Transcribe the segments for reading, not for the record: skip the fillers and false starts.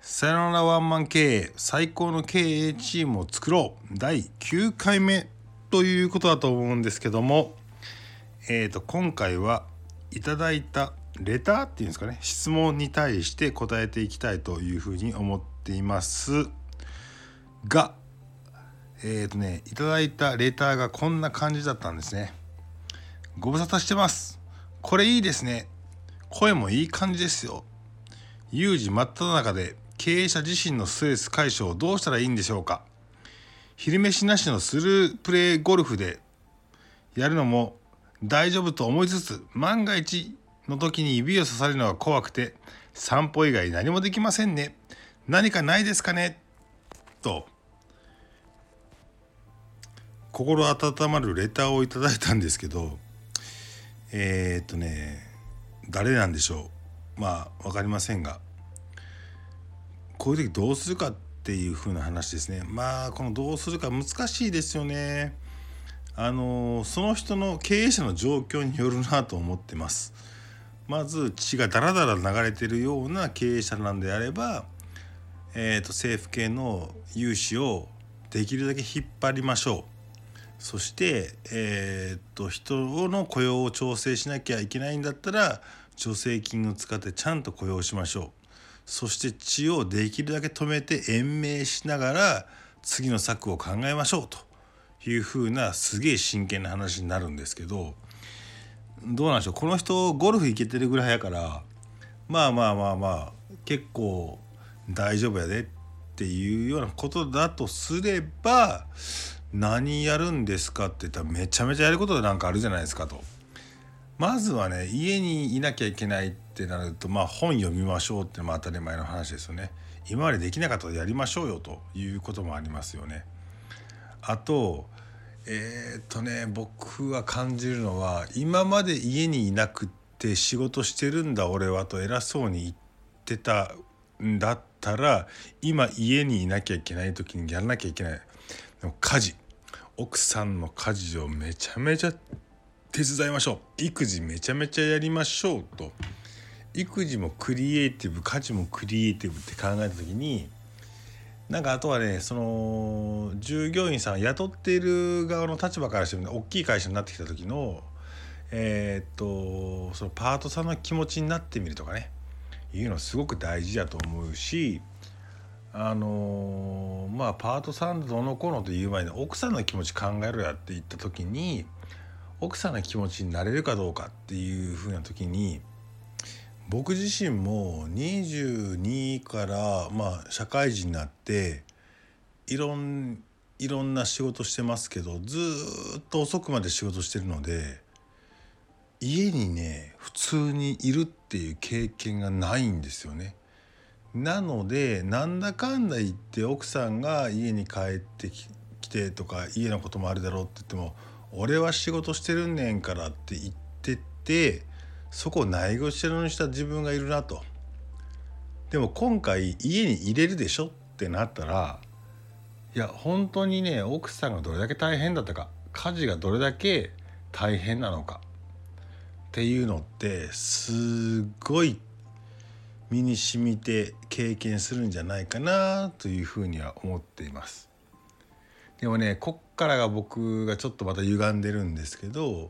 さよならワンマン経営、最高の経営チームを作ろう第9回目ということだと思うんですけども、今回はいただいたレターっていうんですかね、質問に対して答えていきたいというふうに思っていますが、いただいたレターがこんな感じだったんですね。ご無沙汰してます。これいいですね。声もいい感じですよ。有事真っ只中で経営者自身のストレス解消をどうしたらいいんでしょうか。昼飯なしのスループレーゴルフでやるのも大丈夫と思いつつ、万が一の時に指を刺されるのが怖くて散歩以外何もできませんね。何かないですかねと心温まるレターをいただいたんですけど、誰なんでしょう。まあ分かりませんが、こういう時どうするかっていう風な話ですね。まあこのどうするか難しいですよね。その人の経営者の状況によるなと思ってます。まず血がダラダラ流れているような経営者なんであれば、政府系の融資をできるだけ引っ張りましょう。そして、人の雇用を調整しなきゃいけないんだったら助成金を使ってちゃんと雇用しましょう。そして血をできるだけ止めて延命しながら次の策を考えましょうというふうなすげえ真剣な話になるんですけど、どうなんでしょう。この人ゴルフ行けてるぐらいやから、まあ結構大丈夫やでっていうようなことだとすれば、何やるんですかって言ったらめちゃめちゃやることなんかあるじゃないですかと。まずはね、家にいなきゃいけないってなると、本読みましょうって当たり前の話ですよね。今までできなかったらやりましょうよということもありますよね。あと僕は感じるのは、今まで家にいなくって仕事してるんだ俺はと偉そうに言ってたんだったら、今家にいなきゃいけない時にやらなきゃいけない。家事、奥さんの家事をめちゃめちゃ手伝いましょう。育児めちゃめちゃやりましょうと。育児もクリエイティブ、家事もクリエイティブって考えた時に、あとはね、その従業員さん雇っている側の立場からしても、大きい会社になってきた時のそのパートさんの気持ちになってみるとかね、いうのすごく大事だと思うし、パートさんどうのこうのという前に奥さんの気持ち考えろやって言った時に、奥さんの気持ちになれるかどうかっていう風な時に、僕自身も22から社会人になっていろんな仕事してますけど、ずっと遅くまで仕事してるので、家にね普通にいるっていう経験がないんですよね。なのでなんだかんだ言って奥さんが家に帰ってきてとか、家のこともあるだろうって言っても、俺は仕事してるねんからって言ってて、そこをないごしろにした自分がいるなと。でも今回家に入れるでしょってなったら、いや本当にね、奥さんがどれだけ大変だったか、家事がどれだけ大変なのかっていうのってすごい身に染みて経験するんじゃないかなというふうには思っています。でもね、こっからが僕がちょっとまた歪んでるんですけど、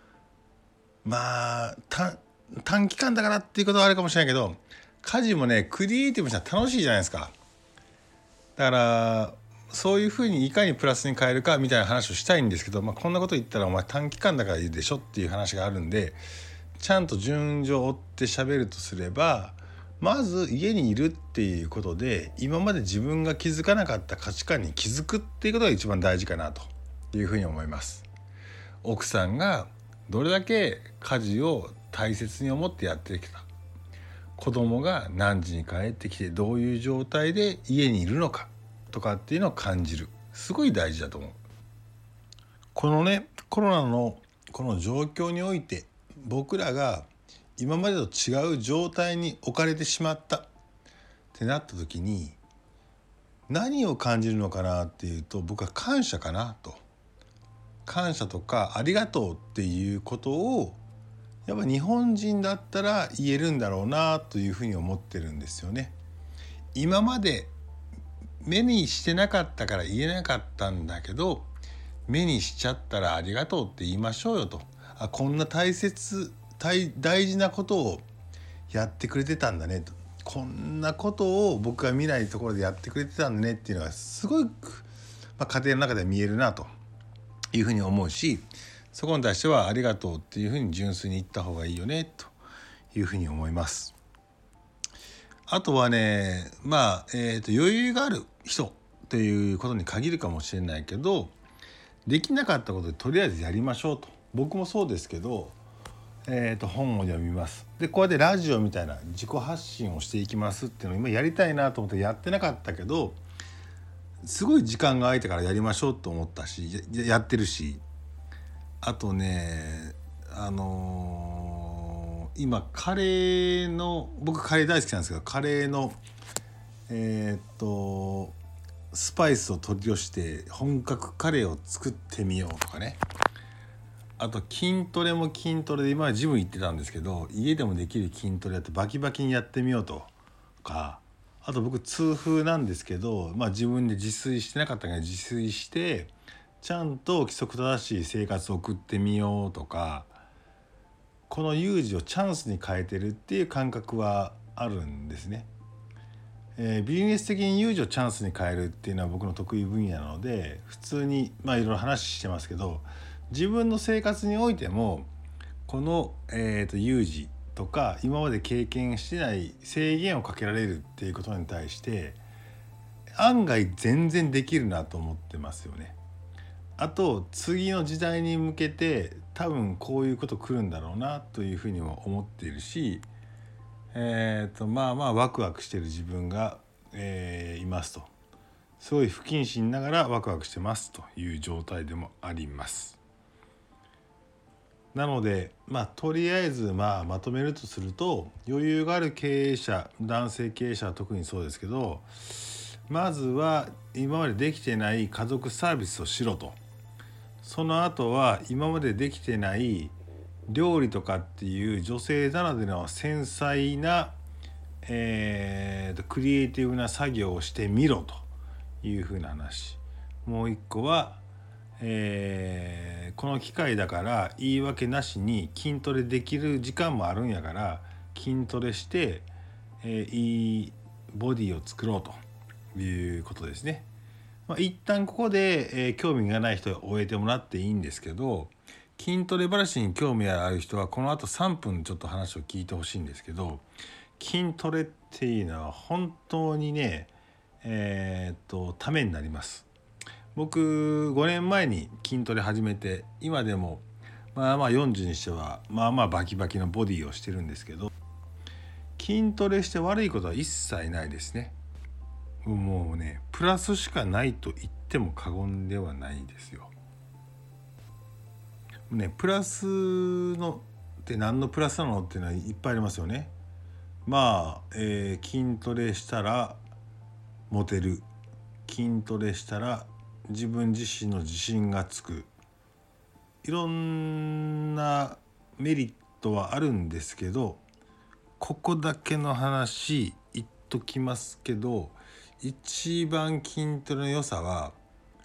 短期間だからっていうことはあるかもしれないけど、家事もねクリエイティブにしたら楽しいじゃないですか。だからそういうふうにいかにプラスに変えるかみたいな話をしたいんですけど、こんなこと言ったらお前短期間だからいいでしょっていう話があるんで、ちゃんと順序を追って喋るとすれば、まず家にいるっていうことで今まで自分が気づかなかった価値観に気づくっていうことが一番大事かなというふうに思います。奥さんがどれだけ家事を大切に思ってやってきた、子供が何時に帰ってきてどういう状態で家にいるのかとかっていうのを感じる、すごい大事だと思う。このね、コロナのこの状況において僕らが今までと違う状態に置かれてしまったってなった時に、何を感じるのかなっていうと、僕は感謝かなと。感謝とかありがとうっていうことをやっぱ日本人だったら言えるんだろうなというふうに思ってるんですよね。 今まで目にしてなかったから言えなかったんだけど、目にしちゃったらありがとうって言いましょうよと。こんな大事なことをやってくれてたんだねと。こんなことを僕が見ないところでやってくれてたんだねっていうのがすごく、家庭の中で見えるなというふうに思うし、そこに対してはありがとうっていうふうに純粋に言った方がいいよねというふうに思います。あとはね、余裕がある人ということに限るかもしれないけど、できなかったことでとりあえずやりましょうと。僕もそうですけど、本を読みます。でこうやってラジオみたいな自己発信をしていきますっていうのを今やりたいなと思ってやってなかったけど、すごい時間が空いてからやりましょうと思ったし やってるし、あとね今僕カレー大好きなんですけど、カレーのスパイスを取り寄せて本格カレーを作ってみようとかね。あと筋トレも筋トレで、今はジム行ってたんですけど、家でもできる筋トレやってバキバキにやってみようとか。あと僕痛風なんですけど、自分で自炊してなかったから自炊してちゃんと規則正しい生活を送ってみようとか、この有事をチャンスに変えてるっていう感覚はあるんですね。ビジネス的に有事をチャンスに変えるっていうのは僕の得意分野なので、普通にいろいろ話してますけど、自分の生活においてもこの、有事とか今まで経験してない制限をかけられるっていうことに対して案外全然できるなと思ってますよね。あと次の時代に向けて多分こういうこと来るんだろうなというふうにも思っているし、ワクワクしてる自分が、いますと。すごい不謹慎ながらワクワクしてますという状態でもあります。なのでとりあえずまとめるとすると、余裕がある経営者、男性経営者は特にそうですけど、まずは今までできてない家族サービスをしろと。その後は今までできてない料理とかっていう女性ならでの繊細な、クリエイティブな作業をしてみろというふうな話。もう一個は、この機会だから言い訳なしに筋トレできる時間もあるんやから筋トレして、いいボディを作ろうということですね。一旦ここで、興味がない人は終えてもらっていいんですけど、筋トレ話に興味がある人はこの後3分ちょっと話を聞いてほしいんですけど、筋トレっていうのは本当にね、ためになります。僕5年前に筋トレ始めて、今でも40にしてはバキバキのボディをしてるんですけど、筋トレして悪いことは一切ないですね。もうねプラスしかないと言っても過言ではないですよ。プラスのって何のプラスなのっていうのはいっぱいありますよね。筋トレしたらモテる、筋トレしたら自分自身の自信がつく、いろんなメリットはあるんですけど、ここだけの話言っときますけど、一番筋トレの良さは、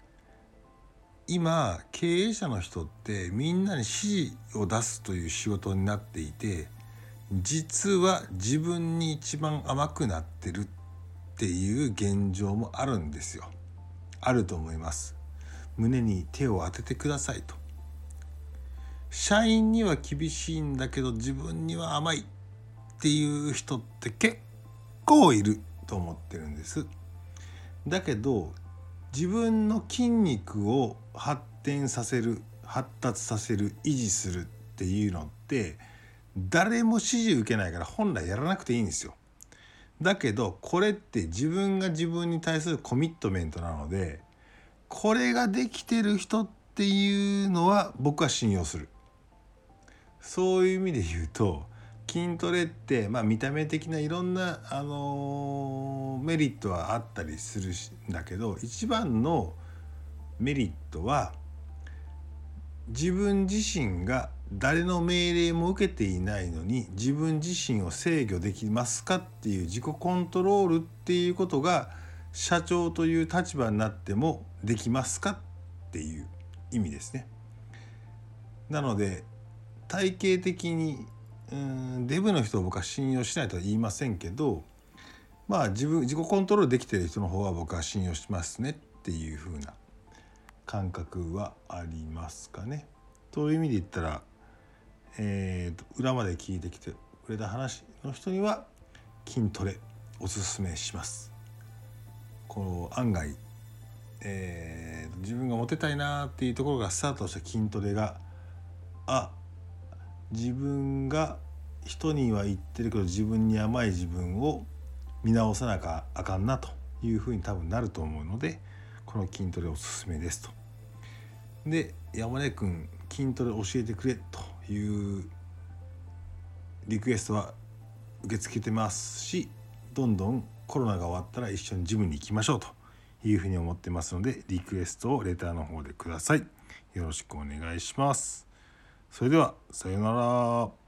今経営者の人ってみんなに指示を出すという仕事になっていて、実は自分に一番甘くなってるっていう現状もあるんですよ。あると思います。胸に手を当ててくださいと。社員には厳しいんだけど自分には甘いっていう人って結構いると思ってるんです。だけど自分の筋肉を発達させる、維持するっていうのって誰も指示受けないから本来やらなくていいんですよ。だけどこれって自分が自分に対するコミットメントなので、これができてる人っていうのは僕は信用する。そういう意味で言うと筋トレって見た目的ないろんな、メリットはあったりするんだけど、一番のメリットは自分自身が誰の命令も受けていないのに自分自身を制御できますかっていう自己コントロールっていうことが社長という立場になってもできますかっていう意味ですね。なので体系的にデブの人を僕は信用しないとは言いませんけど、まあ自己コントロールできている人の方は僕は信用しますねっていう風な感覚はありますかね。という意味で言ったら、裏まで聞いてきてくれた話の人には筋トレおすすめします。この案外、自分がモテたいなっていうところがスタートした筋トレが、自分が人には言ってるけど自分に甘い自分を見直さなきゃあかんなというふうに多分なると思うので、この筋トレおすすめですと。で、山根くん筋トレ教えてくれというリクエストは受け付けてますし、どんどんコロナが終わったら一緒にジムに行きましょうというふうに思ってますので、リクエストをレターの方でください。よろしくお願いします。それではさようなら。